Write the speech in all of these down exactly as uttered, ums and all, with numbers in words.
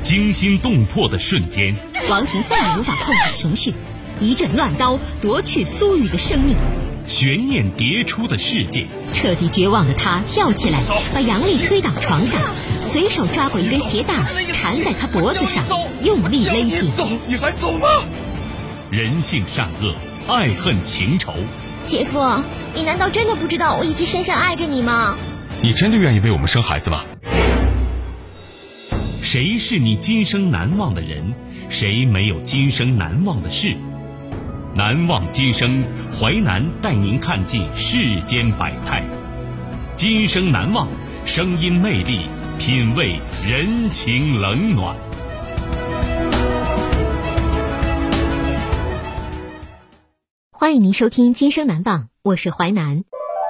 惊心动魄的瞬间。 王婷再也无法控制情绪，一阵乱刀夺去苏玉的生命。 悬念迭出的事件， 彻底绝望的他跳起来，把杨丽推倒床上，随手抓过一根鞋带缠在他脖子上，用力勒紧。 走，你还走吗？ 人性善恶，爱恨情仇。 姐夫，你难道真的不知道我一直深深爱着你吗？ 你真的愿意为我们生孩子吗？ 谁是你今生难忘的人？谁没有今生难忘的事？难忘今生，淮南带您看尽世间百态。今生难忘，声音魅力，品味人情冷暖。 欢迎您收听《今生难忘》，我是淮南。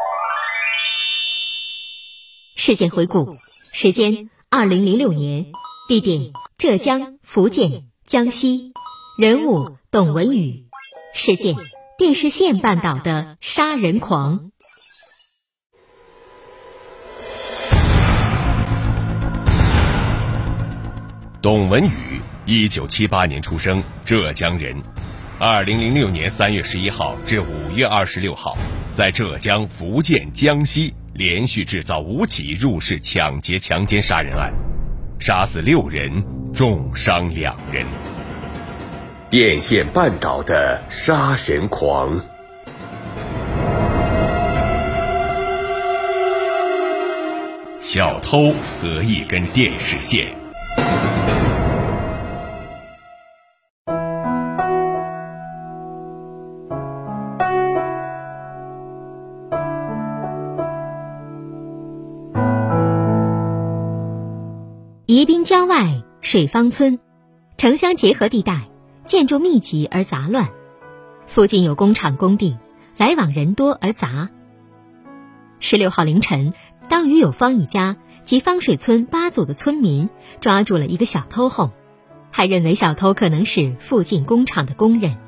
事件回顾：时间二零零六年，地点浙江、福建、江西，人物董文宇，事件电视线半岛的杀人狂。 董文宇，一九七八年出生，浙江人。二零零六年三月十一号至五月二十六号，在浙江、福建、江西连续制造五起入室抢劫、强奸杀人案，杀死六人，重伤两人。 电线半岛的杀人狂。 小偷和一根电视线。 宜宾郊外水坊村，城乡结合地带，建筑密集而杂乱，附近有工厂工地，来往人多而杂。十六号凌晨，当于有芳一家及芳水村八组的村民抓住了一个小偷后，还认为小偷可能是附近工厂的工人。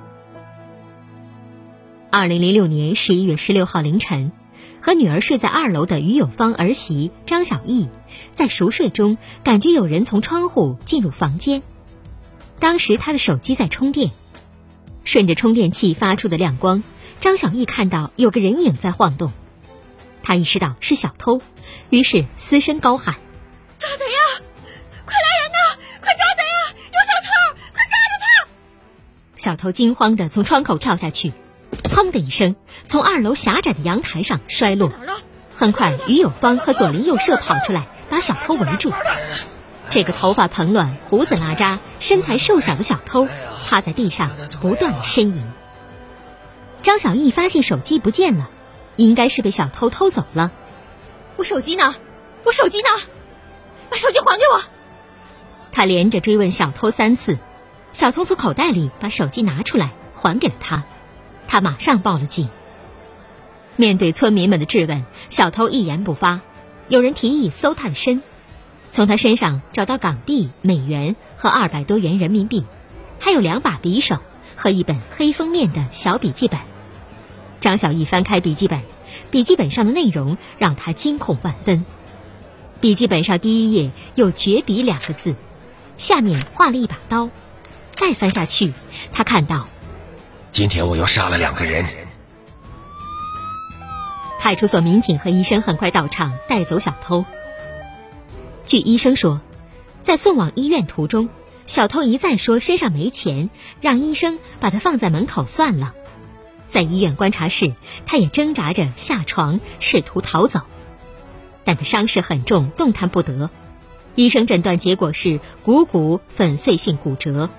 二零零六年十一月十六号凌晨，和女儿睡在二楼的于有芳儿媳张小艺在熟睡中感觉有人从窗户进入房间，当时她的手机在充电，顺着充电器发出的亮光，张小艺看到有个人影在晃动，她意识到是小偷，于是嘶声高喊： 抓贼呀！快来人呐！快抓贼呀！有小偷！快抓住他！ 小偷惊慌地从窗口跳下去，砰的一声从二楼狭窄的阳台上摔落。很快于有芳和左邻右舍跑出来把小偷围住。这个头发蓬乱、胡子拉碴、身材瘦小的小偷趴在地上不断的呻吟。张小艺发现手机不见了，应该是被小偷偷走了。 我手机呢？我手机呢？把手机还给我！ 他连着追问小偷三次，小偷从口袋里把手机拿出来还给了他，他马上报了警。面对村民们的质问，小偷一言不发。有人提议搜他的身，从他身上找到港币、美元和二百多元人民币，还有两把匕首和一本黑封面的小笔记本。张小艺翻开笔记本，笔记本上的内容让他惊恐万分。笔记本上第一页有绝笔两个字，下面画了一把刀。再翻下去，他看到今天我又杀了两个人。 派出所民警和医生很快到场，带走小偷。据医生说，在送往医院途中，小偷一再说身上没钱，让医生把他放在门口算了。在医院观察室，他也挣扎着下床，试图逃走，但他伤势很重，动弹不得。医生诊断结果是股骨粉碎性骨折。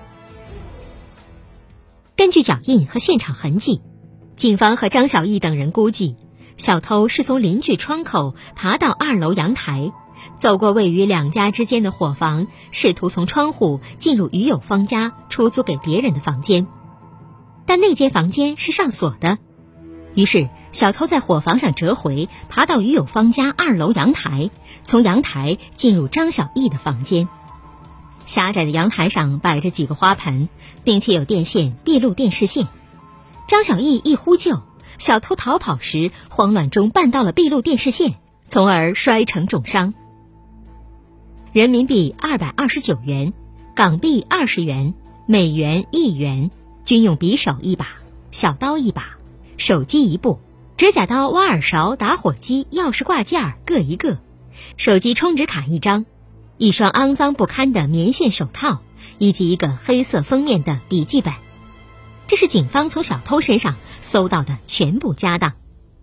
根据脚印和现场痕迹，警方和张小艺等人估计，小偷是从邻居窗口爬到二楼阳台，走过位于两家之间的伙房，试图从窗户进入于有芳家出租给别人的房间。但那间房间是上锁的，于是小偷在伙房上折回，爬到于有芳家二楼阳台，从阳台进入张小艺的房间。狭窄的阳台上摆着几个花盆，并且有电线、闭路电视线。张小艺一呼救，小偷逃跑时慌乱中绊到了闭路电视线，从而摔成重伤。人民币二百二十九元， 港币二十元，美元一元，军用匕首一把，小刀一把，手机一部，指甲刀、挖耳勺、打火机、钥匙挂件各一个，手机充值卡一张，一双肮脏不堪的棉线手套，以及一个黑色封面的笔记本。这是警方从小偷身上搜到的全部家当。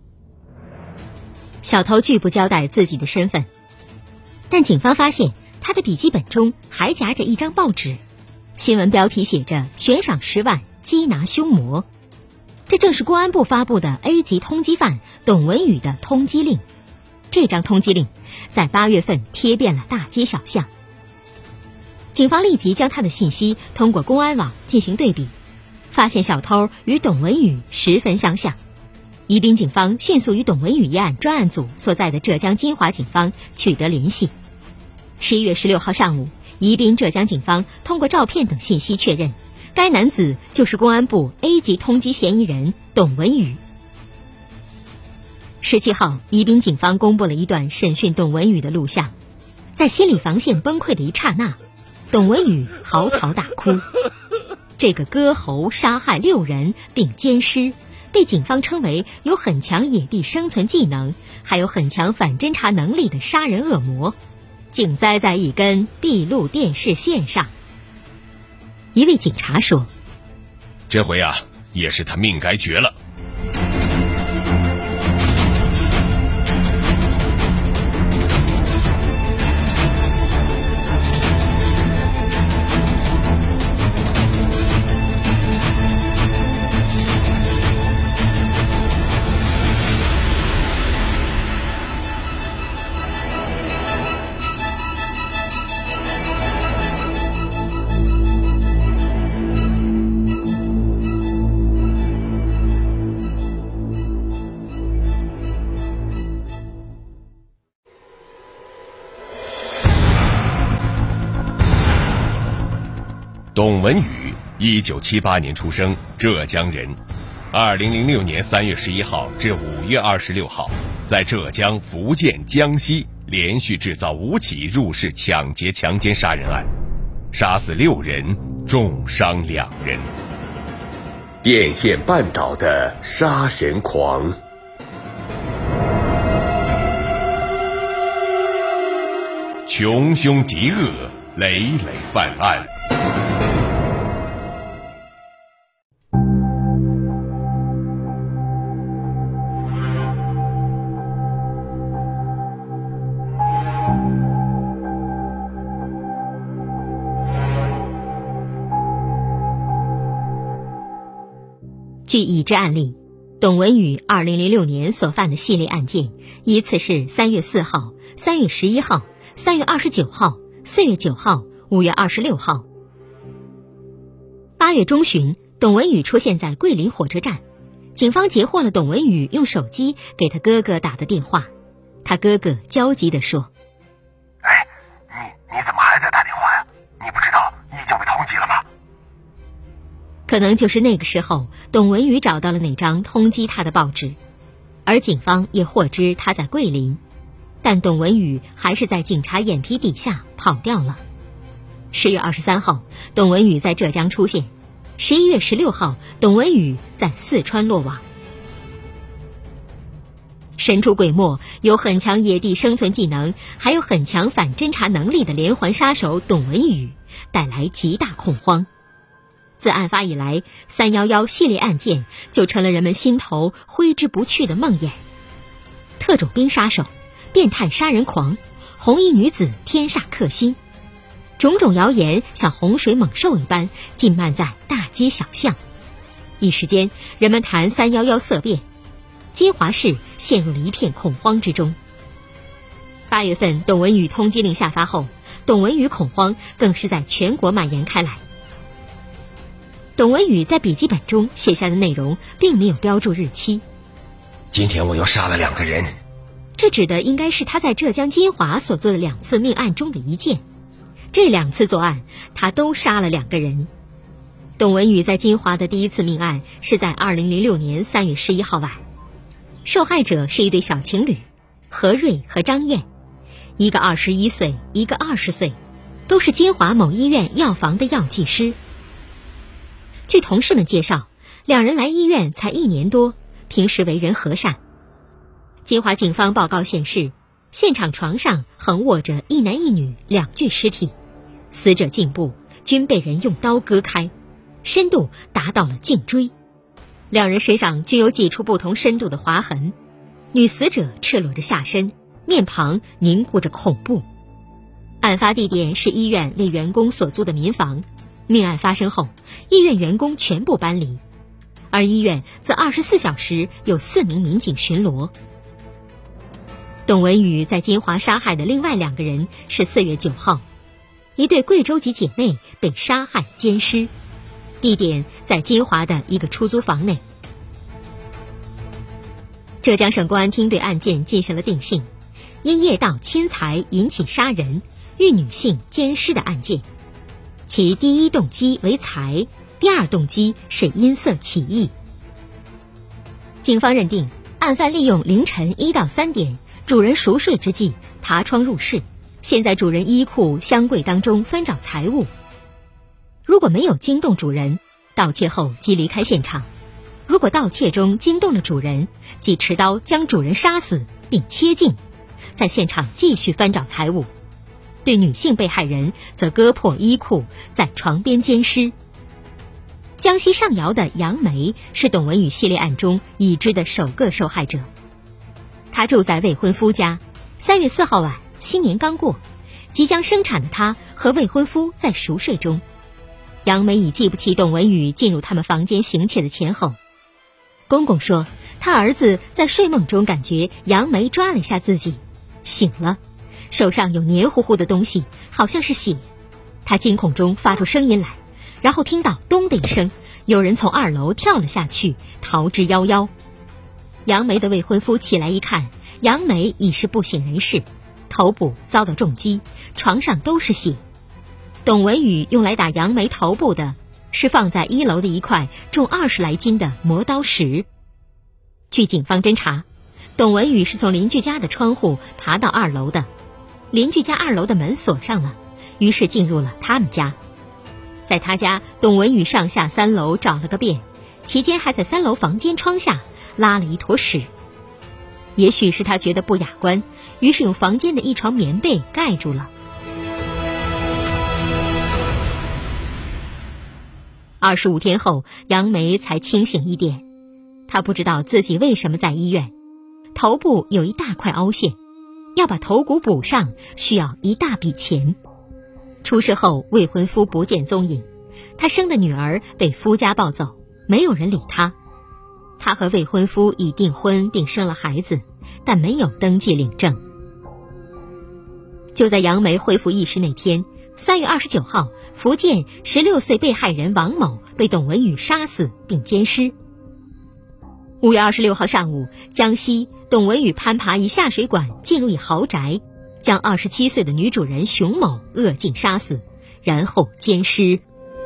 小偷拒不交代自己的身份，但警方发现他的笔记本中还夹着一张报纸，新闻标题写着悬赏十万缉拿凶魔。这正是公安部发布的 A 级通缉犯董文宇的通缉令。这张通缉令在八月份贴遍了大街小巷。警方立即将他的信息通过公安网进行对比，发现小偷与董文宇十分相像。宜宾警方迅速与董文宇一案专案组所在的浙江金华警方取得联系。十一月十六号上午，宜宾浙江警方通过照片等信息确认，该男子就是公安部 A 级通缉嫌疑人董文宇。十七号，宜宾警方公布了一段审讯董文宇的录像。在心理防线崩溃的一刹那，董文宇嚎啕大哭。这个割喉杀害六人并奸尸，被警方称为有很强野地生存技能，还有很强反侦查能力的杀人恶魔，竟栽在一根闭路电视线上。一位警察说：“ 这回啊，也是他命该绝了。”董文宇，一九七八年出生，浙江人。二零零六年三月十一号至五月二十六号，在浙江、福建、江西连续制造五起入室抢劫、强奸杀人案，杀死六人，重伤两人。 电线绊倒的杀人狂。 穷凶极恶，累累犯案。 据已知案例，董文宇二零零六年所犯的系列案件依次是三月四号、三月十一号、三月二十九号、四月九号、五月二十六号。八月中旬，董文宇出现在桂林火车站，警方截获了董文宇用手机给他哥哥打的电话。他哥哥焦急地说：“ 哎，你你怎么还在打电话呀？你不知道已经被通缉了吗？” 可能就是那个时候，董文宇找到了那张通缉他的报纸，而警方也获知他在桂林，但董文宇还是在警察眼皮底下跑掉了。十月二十三号，董文宇在浙江出现；十一月十六号，董文宇在四川落网。神出鬼没，有很强野地生存技能，还有很强反侦查能力的连环杀手董文宇，带来极大恐慌。自案发以来，三一一系列案件就成了人们心头挥之不去的梦魇。特种兵杀手、变态杀人狂、红衣女子天煞克星，种种谣言像洪水猛兽一般浸漫在大街小巷。一时间，人们谈三一一色变，金华市陷入了一片恐慌之中。八月份，董文宇通缉令下发后，董文宇恐慌更是在全国蔓延开来。董文宇在笔记本中写下的内容并没有标注日期。 今天我又杀了两个人。 这指的应该是他在浙江金华所做的两次命案中的一件。这两次作案，他都杀了两个人。董文宇在金华的第一次命案是在二零零六年三月十一号晚，受害者是一对小情侣，何瑞和张燕，一个二十一岁，一个二十岁， 都是金华某医院药房的药剂师。据同事们介绍，两人来医院才一年多，平时为人和善。金华警方报告显示，现场床上横卧着一男一女两具尸体，死者颈部均被人用刀割开，深度达到了颈椎。两人身上均有几处不同深度的划痕，女死者赤裸着下身，面庞凝固着恐怖。案发地点是医院为员工所租的民房，命案发生后，医院员工全部搬离，而医院则二十四小时有四名民警巡逻。董文宇在金华杀害的另外两个人是四月九号，一对贵州籍姐妹被杀害奸尸，地点在金华的一个出租房内。浙江省公安厅对案件进行了定性，因夜盗侵财引起杀人、遇女性奸尸的案件，其第一动机为财，第二动机是因色起意。警方认定，案犯利用凌晨一到三点主人熟睡之际爬窗入室，现在主人衣裤、箱柜当中翻找财物。如果没有惊动主人，盗窃后即离开现场；如果盗窃中惊动了主人，即持刀将主人杀死并切颈，在现场继续翻找财物。对女性被害人则割破衣裤，在床边奸尸。江西上饶的杨梅是董文宇系列案中已知的首个受害者。她住在未婚夫家，三月四号晚，新年刚过，即将生产的她和未婚夫在熟睡中。杨梅已记不起董文宇进入他们房间行窃的前后。公公说，他儿子在睡梦中感觉杨梅抓了一下自己，醒了，手上有黏糊糊的东西，好像是血。他惊恐中发出声音来，然后听到咚的一声，有人从二楼跳了下去，逃之夭夭。杨梅的未婚夫起来一看，杨梅已是不省人事，头部遭到重击，床上都是血。董文宇用来打杨梅头部的是放在一楼的一块重二十来斤的磨刀石。据警方侦查，董文宇是从邻居家的窗户爬到二楼的，邻居家二楼的门锁上了，于是进入了他们家。在他家，董文宇上下三楼找了个遍，期间还在三楼房间窗下拉了一坨屎。也许是他觉得不雅观，于是用房间的一床棉被盖住了。二十五天后，杨梅才清醒一点。她不知道自己为什么在医院，头部有一大块凹陷，要把头骨补上需要一大笔钱。出事后，未婚夫不见踪影，她生的女儿被夫家抱走，没有人理她。她和未婚夫已订婚并生了孩子，但没有登记领证。就在杨梅恢复意识那天，三月二十九号，福建十六岁被害人王某被董文宇杀死并奸尸。五月二十六号上午，江西董文宇攀爬一下水管进入一豪宅，将二十七岁的女主人熊某扼颈杀死，然后奸尸。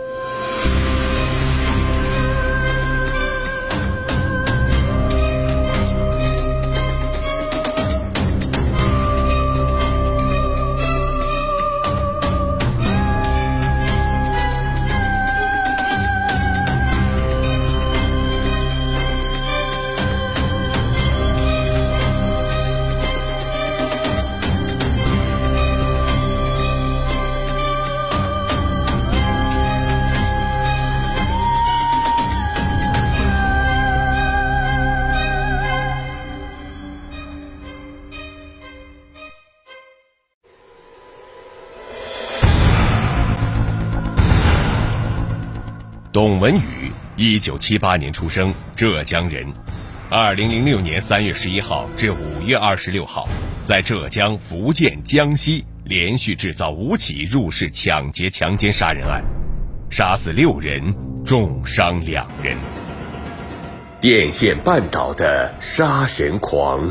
董文宇，一九七八年出生，浙江人。二零零六年三月十一号至五月二十六号，在浙江、福建、江西连续制造五起入室抢劫、强奸杀人案，杀死六人，重伤两人。 电线绊倒的杀人狂。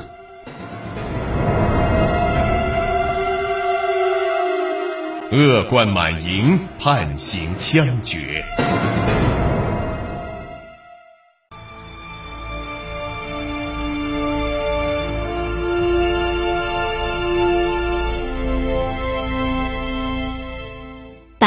恶贯满盈，判刑枪决。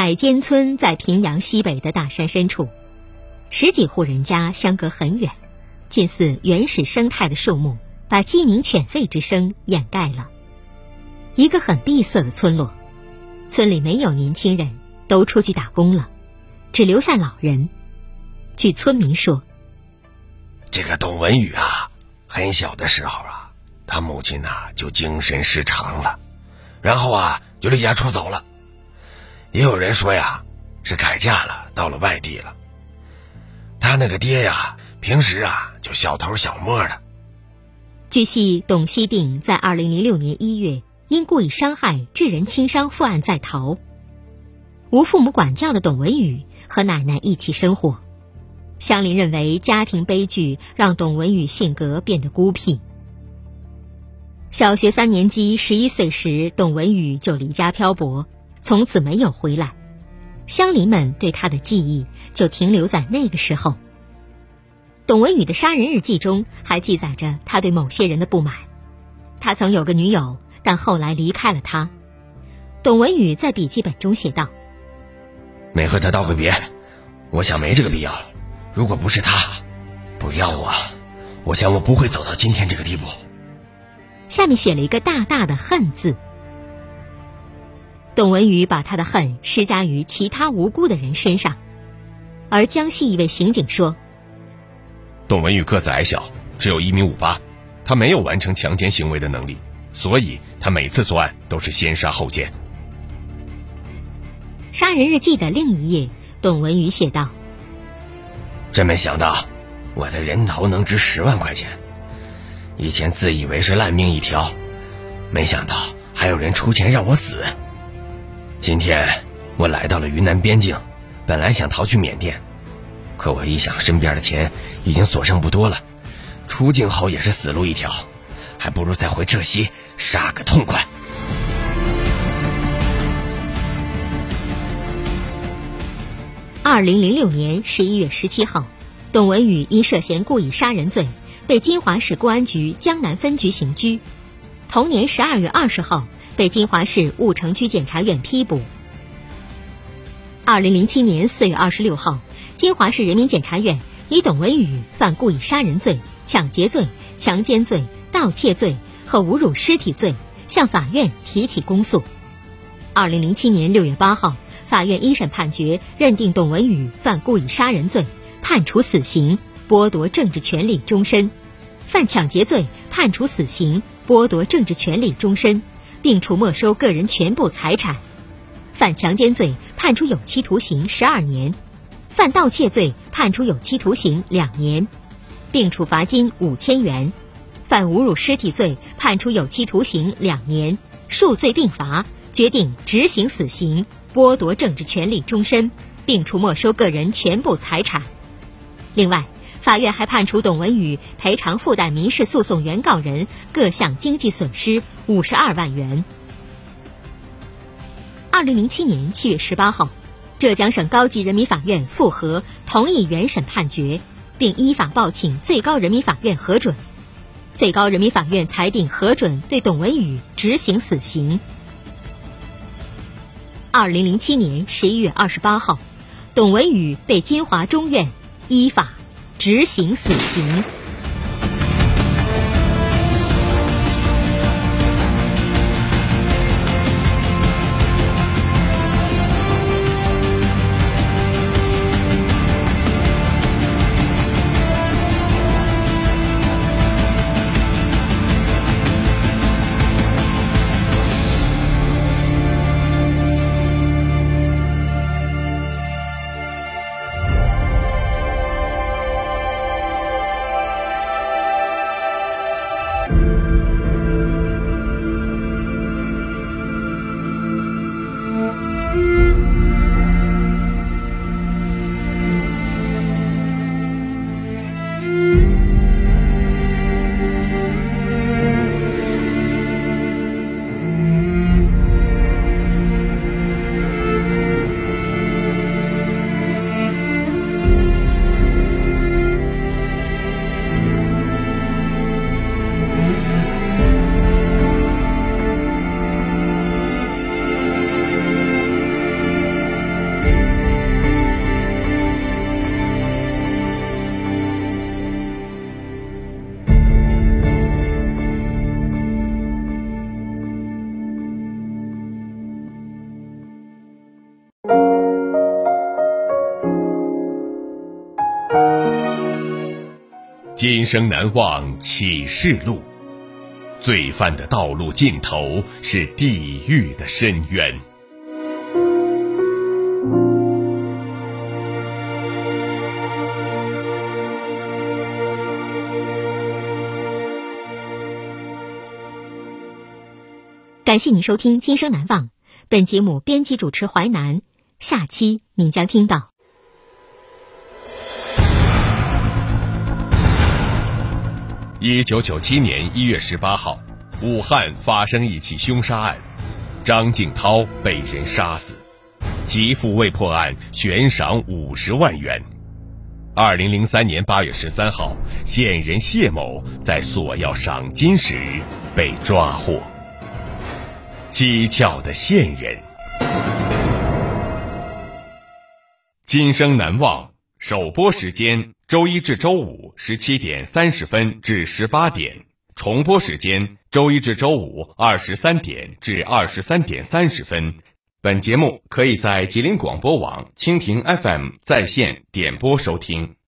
海尖村在平阳西北的大山深处，十几户人家相隔很远，近似原始生态的树木把鸡鸣犬吠之声掩盖了。一个很闭塞的村落，村里没有年轻人，都出去打工了，只留下老人。据村民说， 这个董文宇啊，很小的时候啊，他母亲呐、啊、就精神失常了，然后啊就离家出走了。也有人说呀，是改嫁了，到了外地了。他那个爹呀，平时啊就小偷小摸的。 据悉，董希定在二零零六年一月因故意伤害致人轻伤负案在逃。无父母管教的董文宇和奶奶一起生活，乡邻认为家庭悲剧让董文宇性格变得孤僻。小学三年级十一岁时，董文宇就离家漂泊，从此没有回来。乡邻们对他的记忆就停留在那个时候。董文宇的杀人日记中还记载着他对某些人的不满。他曾有个女友，但后来离开了他。董文宇在笔记本中写道： 没和他道个别，我想没这个必要了。如果不是他不要我，我想我不会走到今天这个地步。 下面写了一个大大的恨字。董文宇把他的恨施加于其他无辜的人身上。而江西一位刑警说， 董文宇个子矮小，只有一米五八，他没有完成强奸行为的能力，所以他每次作案都是先杀后奸。 杀人日记的另一页，董文宇写道： 真没想到我的人头能值十万块钱，以前自以为是烂命一条，没想到还有人出钱让我死。今天我来到了云南边境，本来想逃去缅甸，可我一想身边的钱已经所剩不多了，出境后也是死路一条，还不如再回浙西杀个痛快。 二零零六年十一月十七号，董文宇因涉嫌故意杀人罪被金华市公安局江南分局刑拘。同年十二月二十号，被金华市婺城区检察院批捕。二零零七年四月二十六号，金华市人民检察院以董文宇犯故意杀人罪、抢劫罪、强奸罪、盗窃罪和侮辱尸体罪，向法院提起公诉。二零零七年六月八号，法院一审判决认定董文宇犯故意杀人罪，判处死刑，剥夺政治权利终身；犯抢劫罪，判处死刑，剥夺政治权利终身，并处没收个人全部财产；犯强奸罪，判处有期徒刑十二年；犯盗窃罪，判处有期徒刑两年，并处罚金五千元；犯侮辱尸体罪，判处有期徒刑两年，数罪并罚，决定执行死刑，剥夺政治权利终身，并处没收个人全部财产。另外，法院还判处董文宇赔偿附带民事诉讼原告人各项经济损失五十二万元。二零零七年七月十八号，浙江省高级人民法院复核同意原审判决，并依法报请最高人民法院核准。最高人民法院裁定核准对董文宇执行死刑。二零零七年十一月二十八号，董文宇被金华中院依法执行死刑。 今生难忘启示录，罪犯的道路尽头是地狱的深渊。 感谢你收听《今生难忘》，本节目编辑主持淮南，下期您将听到。 一九九七年一月十八号，武汉发生一起凶杀案，张敬涛被人杀死，其父为破案悬赏五十万元。二零零三年八月十三号，线人谢某在索要赏金时被抓获。蹊跷的线人。今生难忘首播时间周一至周五十七点三十分至十八点，重播时间周一至周五二十三点至二十三点三十分。本节目可以在吉林广播网、蜻蜓 F M 在线点播收听。